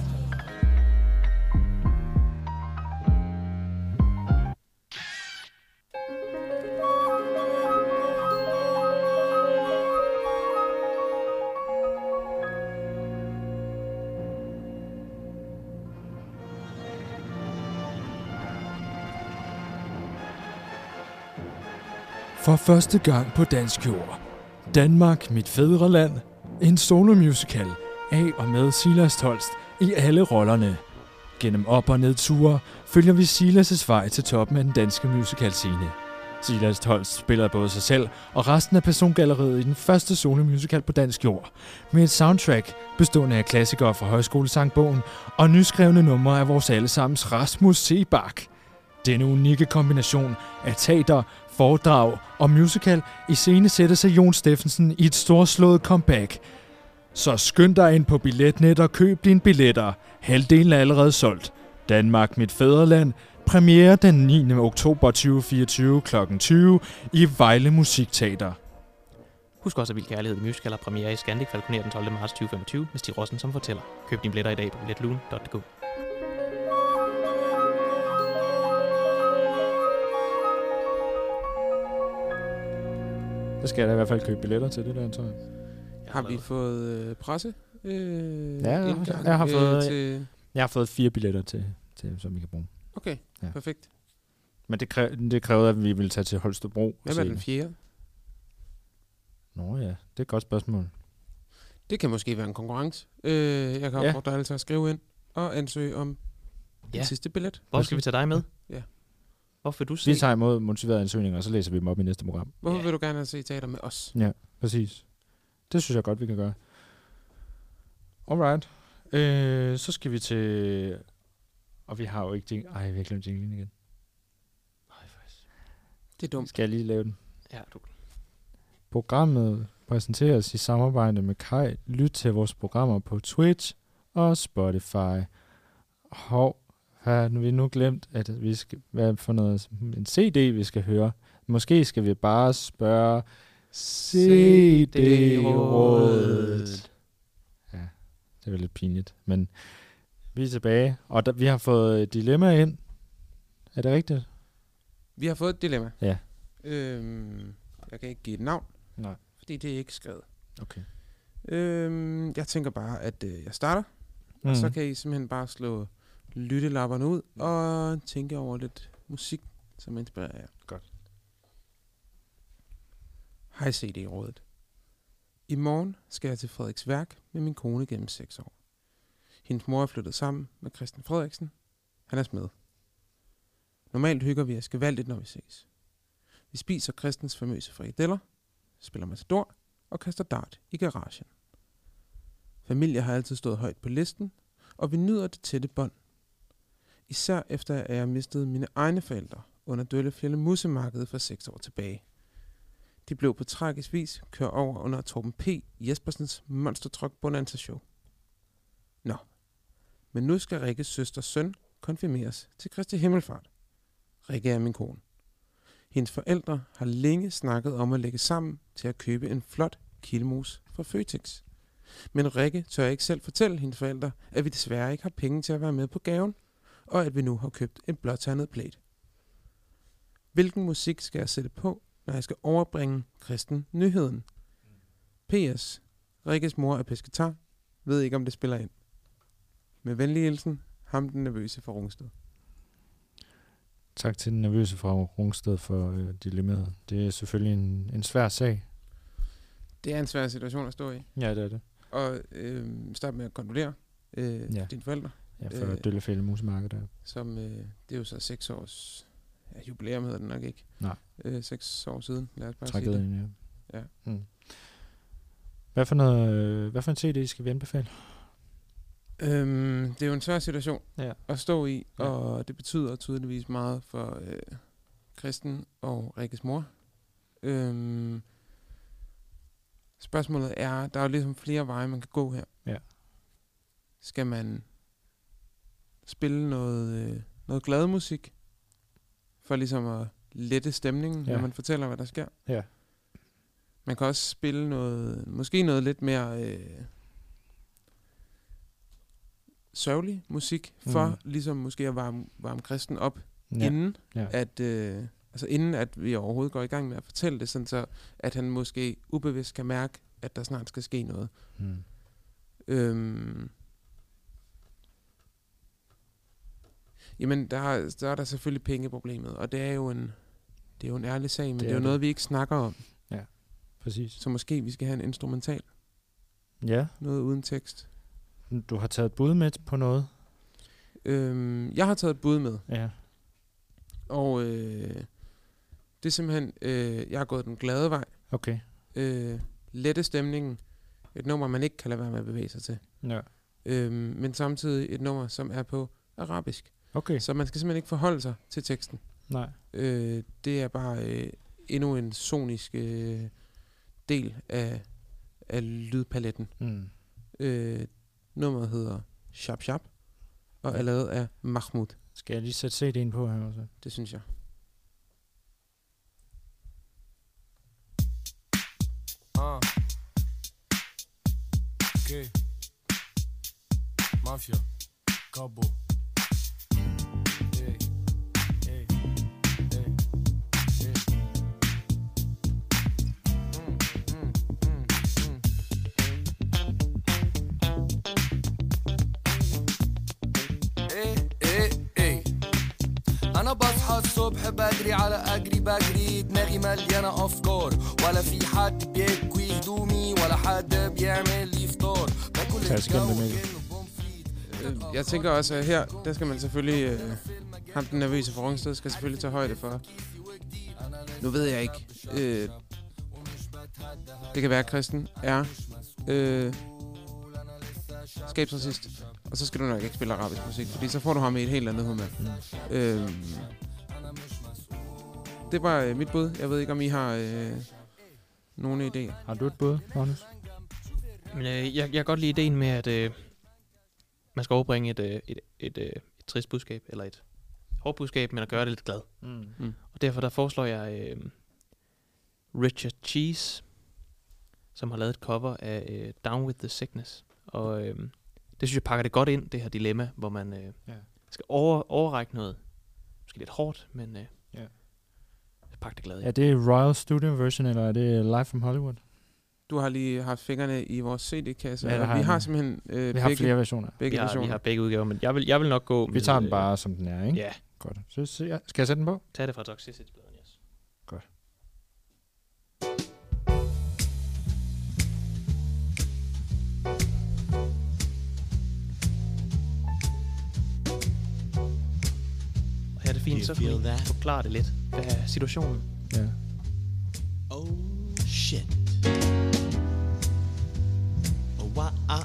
For første gang på dansk jord. Danmark, mit fædreland. En solomusical af og med Silas Tolst i alle rollerne. Gennem op- og nedture følger vi Silas' vej til toppen af den danske musicalscene. Silas Tolst spiller både sig selv og resten af persongalleriet i den første solomusical på dansk jord. Med et soundtrack bestående af klassikere fra Højskolesangbogen og nyskrevne numre af vores allesammens Rasmus Seebach. Denne unikke kombination af teater, foredrag og musical iscenesættes af Jon Steffensen i et storslået comeback. Så skynd dig ind på Billetnet og køb dine billetter. Halvdelen er allerede solgt. Danmark, mit fædreland. Premiere den 9. oktober 2024 kl. 20 i Vejle Musikteater. Husk også, at Vild Kærlighed Musical er premiere i Scandic Falconer den 12. marts 2025 med Stig Rossen som fortæller. Køb dine billetter i dag på billetlugen.dk. Der skal jeg da i hvert fald købe billetter til det der, tror jeg. Har vi fået presse? Indgang, Jeg har fået 4 billetter til som vi kan bruge. Okay, ja. Perfekt. Men det krævede, at vi ville tage til Holstebro. Hvem er den 4? Nå ja, det er et godt spørgsmål. Det kan måske være en konkurrence. Jeg kan opfordre alle til at skrive ind og ansøge om den sidste billet. Hvor skal vi tage dig med? Ja. Hvorfor vil du se? Vi tager imod motiverede ansøgninger, og så læser vi dem op i næste program. Hvorfor vil du gerne se teater med os? Ja, præcis. Det synes jeg godt, vi kan gøre. Alright. Så skal vi til... Og vi har jo ikke... vi har glemt jinglen igen. Nej, faktisk. Det er dumt. Skal jeg lige lave den? Ja, du. Programmet præsenteres i samarbejde med Kai. Lyt til vores programmer på Twitch og Spotify. Har vi nu glemt, at vi skal... Hvad for noget? En CD, vi skal høre. Måske skal vi bare spørge CD-rådet. Ja, det er lidt pinligt, men vi er tilbage. Og vi har fået et dilemma ind. Er det rigtigt? Vi har fået et dilemma. Ja. Jeg kan ikke give et navn. Nej. Fordi det er ikke skrevet. Okay. Jeg tænker bare, at jeg starter. Og så kan I simpelthen bare slå lyttelapperne ud og tænke over lidt musik, som inspirerer jer. Godt. Hej CD-rådet. I morgen skal jeg til Frederiksværk med min kone gennem 6 år. Hendes mor er flyttet sammen med Christian Frederiksen. Han er smed. Normalt hygger vi os gevaldigt, når vi ses. Vi spiser Christens famøse frikadeller, spiller Matador og kaster dart i garagen. Familie har altid stået højt på listen, og vi nyder det tætte bånd. Især efter at jeg mistede mine egne forældre under Døllefjælde Musemarked for 6 år tilbage. De blev på tragisk vis kørt over under Torben P. Jespersens monstertruck Bonanza Show. Nå, men nu skal Rikkes søsters søn konfirmeres til Kristi Himmelfart. Rikke er min kone. Hendes forældre har længe snakket om at lægge sammen til at købe en flot kildemos fra Føtex. Men Rikke tør ikke selv fortælle hendes forældre, at vi desværre ikke har penge til at være med på gaven, og at vi nu har købt en blåternet plate. Hvilken musik skal jeg sætte på, når jeg skal overbringe Kristen nyheden? P.S. Rikkes mor er pesketar. Ved ikke, om det spiller ind. Med venlig hilsen, ham den nervøse fra Rungsted. Tak til den nervøse fra Rungsted for dilemmaet. Det er selvfølgelig en svær sag. Det er en svær situation at stå i. Ja, det er det. Og start med at kondolere dine forældre. Ja, for Døllefjælde Musemarked der. Som, det er jo så 6 års jubilæum, hedder det nok ikke. Nej. 6 år siden, lad os bare Trækket sige ind, det. Ja. Hvad for en CD skal vi anbefale? Det er jo en svær situation at stå i, og det betyder tydeligvis meget for Kristen og Rikkes mor. Spørgsmålet er, der er jo ligesom flere veje, man kan gå her. Ja. Skal man spille noget glad musik, for ligesom at lette stemningen, når man fortæller, hvad der sker? Ja. Man kan også spille måske noget lidt mere sørgelig musik, for ligesom måske at varme Kristen op, inden at vi overhovedet går i gang med at fortælle det, sådan så at han måske ubevidst kan mærke, at der snart skal ske noget. Jamen, der er der selvfølgelig pengeproblemet, og det er jo en ærlig sag, men det er jo noget, vi ikke snakker om. Ja, præcis. Så måske vi skal have en instrumental. Ja. Noget uden tekst. Du har taget bud med på noget? Jeg har taget et bud med. Ja. Og det er simpelthen, jeg har gået den glade vej. Okay. Lette stemningen. Et nummer, man ikke kan lade være med at bevæge sig til. Ja. Men samtidig et nummer, som er på arabisk. Okay. Så man skal simpelthen ikke forholde sig til teksten. Nej. Det er bare endnu en sonisk del af lydpaletten. Nummeret hedder Shab Shab, og er lavet af Mahmoud. Skal jeg lige sætte CD'en på her også? Det synes jeg. Okay. Mafia. Cabo. Hey. Hey. Hey. Hey. أنا بصحى الصبح بدري على أجري بجري دماغي مليانة أفكار ولا في حد بيكوي هدومي ولا حد بيعمل لي فطار باكل الجو كأنه بومفريت Jeg tænker også, at her, der skal man selvfølgelig... ham den nervøse for Rungsted skal selvfølgelig tage højde for... Nu ved jeg ikke. Det kan være, at Christen er skabsracist. Og så skal du nok ikke spille arabisk musik, fordi så får du ham i et helt andet humør. Det var mit bud. Jeg ved ikke, om I har nogle idéer. Har du et bud, Magnus? Men jeg kan godt lide ideen med, at man skal overbringe et trist budskab, eller et hårdt budskab, men at gøre det lidt glad. Og derfor der foreslår jeg Richard Cheese, som har lavet et cover af Down With The Sickness. Og det synes jeg pakker det godt ind, det her dilemma, hvor man skal overrække noget. Måske lidt hårdt, men pakke det glad ind. Er det Royal Studio Version, eller er det Live From Hollywood? Du har lige haft fingrene i vores CD-kasse. Ja, vi har simpelthen vi har flere versioner. Vi har begge udgaver, men jeg vil nok gå... Vi tager den bare, som den er, ikke? Ja. Godt. Så skal jeg sætte den på? Tag det fra Toxicity-pladen, yes. Godt. Og her er det fint, så kan vi forklare det lidt. Hvad er situationen? Ja. Oh shit. Oh,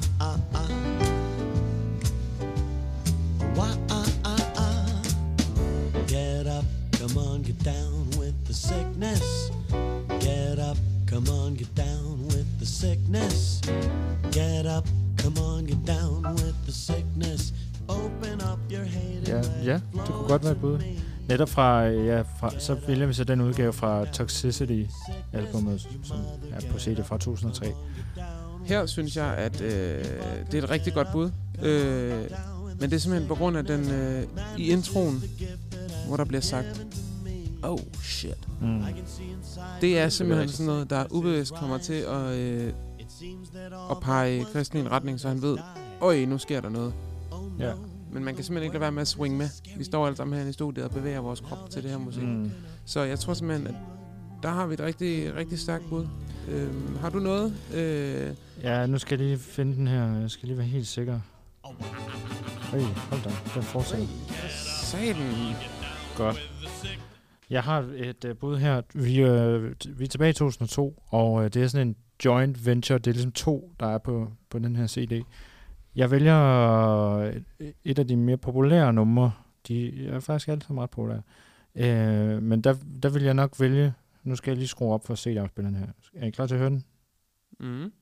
Get up, come on, get down with the sickness. Get up, come on, get down with the sickness. Get up, come on, get down with the sickness. Open up your head. Ja, det kunne godt være et bud. Netop fra så vælger vi så den udgave fra Toxicity-albummet, som er på CD fra 2003. Her synes jeg, at det er et rigtig godt bud. Men det er simpelthen på grund af den i introen, hvor der bliver sagt, oh shit. Det er simpelthen sådan noget, der ubevidst kommer til at pege Christen i en retning, så han ved, øj, nu sker der noget. Ja. Men man kan simpelthen ikke lade være med at swing med. Vi står alle sammen her i studiet og bevæger vores krop til det her musik. Så jeg tror simpelthen, at der har vi et rigtig, rigtig stærkt bud. Har du noget? Ja, nu skal jeg lige finde den her. Jeg skal lige være helt sikker. Hold da. Den fortsætter. Satan. Godt. Jeg har et bud her. Vi er tilbage i 2002, og det er sådan en joint venture. Det er ligesom to, der er på den her CD. Jeg vælger et af de mere populære numre. De er faktisk alle sammen ret populære. Men der vil jeg nok vælge... Nu skal jeg lige skrue op for CD-afspilleren her. Er I klar til at høre den? Mm.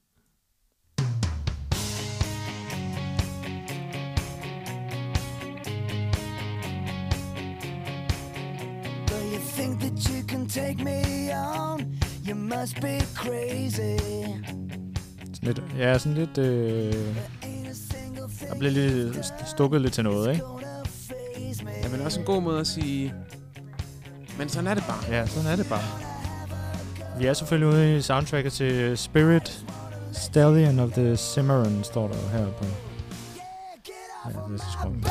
Do you think that you can take me on? You must be crazy. Sådan lidt... Der bliver lige stukket lidt til noget, ikke? Ja, men også en god måde at sige... Men sådan er det bare. Ja, sådan er det bare. Vi er selvfølgelig ude i soundtracket til Spirit, Stallion of the Cimarron, står der her på. Ja, det er så skråt.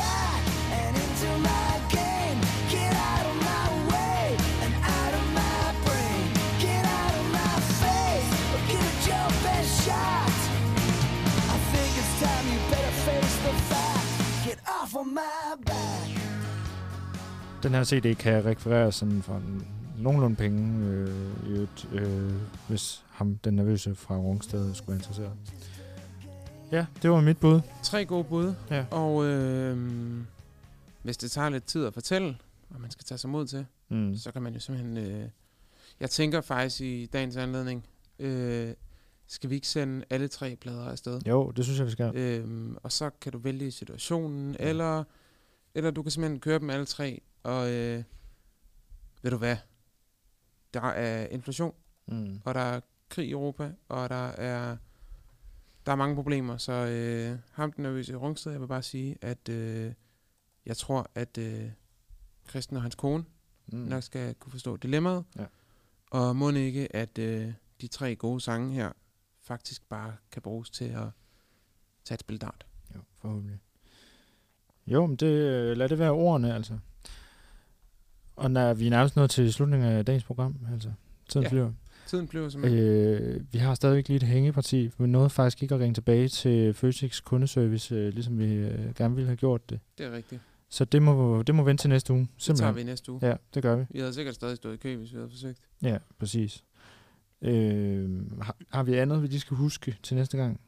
Den her CD kan rekvirere sådan for nogenlunde penge, hvis ham, den nervøse fra Rungsted, skulle interessere. Ja, det var mit bud. 3 gode bud. Ja. Og hvis det tager lidt tid at fortælle, og man skal tage sig mod til, så kan man jo simpelthen... jeg tænker faktisk i dagens anledning, skal vi ikke sende alle 3 plader afsted? Jo, det synes jeg, vi skal. Og så kan du vælge situationen, eller du kan simpelthen køre dem alle 3, og ved du hvad? Der er inflation, og der er krig i Europa, og der er mange problemer, så ham den nervøse Rungsted, jeg vil bare sige, at jeg tror, at Christen og hans kone nok skal kunne forstå dilemmaet, og må ikke, at de 3 gode sange her faktisk bare kan bruges til at tage et spil dart. Jo, forhåbentlig. Jo, men lad det være ordene, altså. Og når vi er nærmest nået til slutningen af dagens program, altså. Tiden flyver. Tiden flyver simpelthen. Vi har stadigvæk lige et hængeparti. Vi nåede faktisk ikke at ringe tilbage til Føtex kundeservice, ligesom vi gerne ville have gjort det. Det er rigtigt. Så det må vente til næste uge. Simpelthen. Det tager vi næste uge. Ja, det gør vi. Vi havde sikkert stadig stået i kø, hvis vi havde forsøgt. Ja, præcis. Har vi andet, vi lige skal huske til næste gang?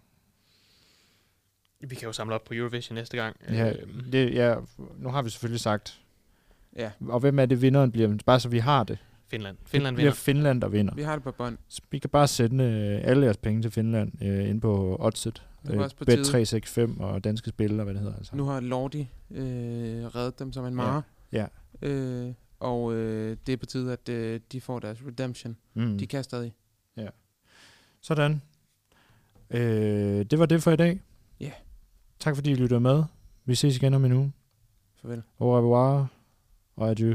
Vi kan jo samle op på Eurovision næste gang. Ja, nu har vi selvfølgelig sagt. Ja. Og hvem er det vinderen bliver? Bare så vi har det. Finland Det bliver vinder. Finland, der vinder. Vi har det på bånd. Så vi kan bare sende alle jeres penge til Finland ind på Oddset. Bet365 og Danske Spil og hvad det hedder. Altså. Nu har Lordi reddet dem som en mare. Ja. Og det er på tide, at de får deres redemption. De kan stadig. Ja. Sådan. Det var det for i dag. Ja. Tak fordi I lyttede med. Vi ses igen om en uge. Farvel. Au revoir og adieu.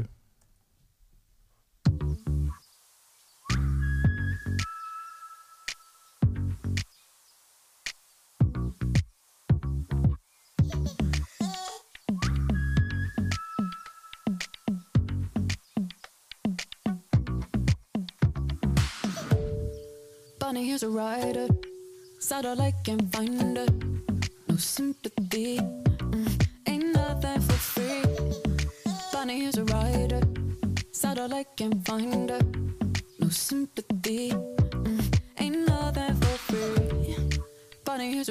Bunny, here's a rider. Saddle I can find her. No sympathy. Ain't nothing for free. Bunny, here's a rider. Saddle I can find her. No sympathy. Ain't nothing for free. Bunny, here's a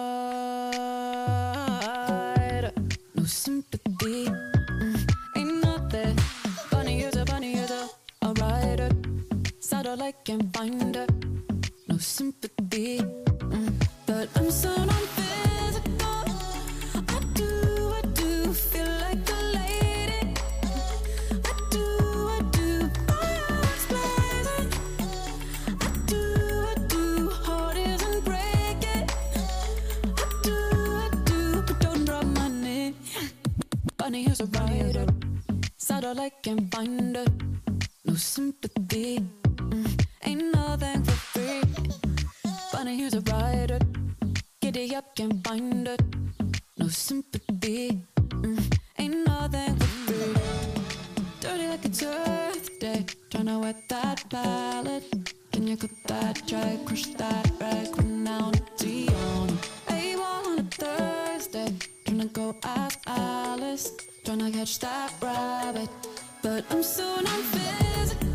rider. No sympathy. Ain't nothing. Bunny, here's a rider. Saddle I can find her. No sympathy, but I'm so non-physical. I do feel like a lady. I do, fireworks blazing. I do, heart isn't breaking. I do, but don't drop my name. Bunny, here's a rider, saddle I can find her. No sympathy, ain't nothing for free. Bunny, here's a rider. Giddy up, can't find it. No sympathy. Ain't nothing for free. Dirty like it's Earth Day. Tryna wet that palette. Can you cut that dry? Crush that rag. Run down to Dion. A1 on a Thursday. Tryna go ask Alice. Tryna catch that rabbit. But I'm so non-physical.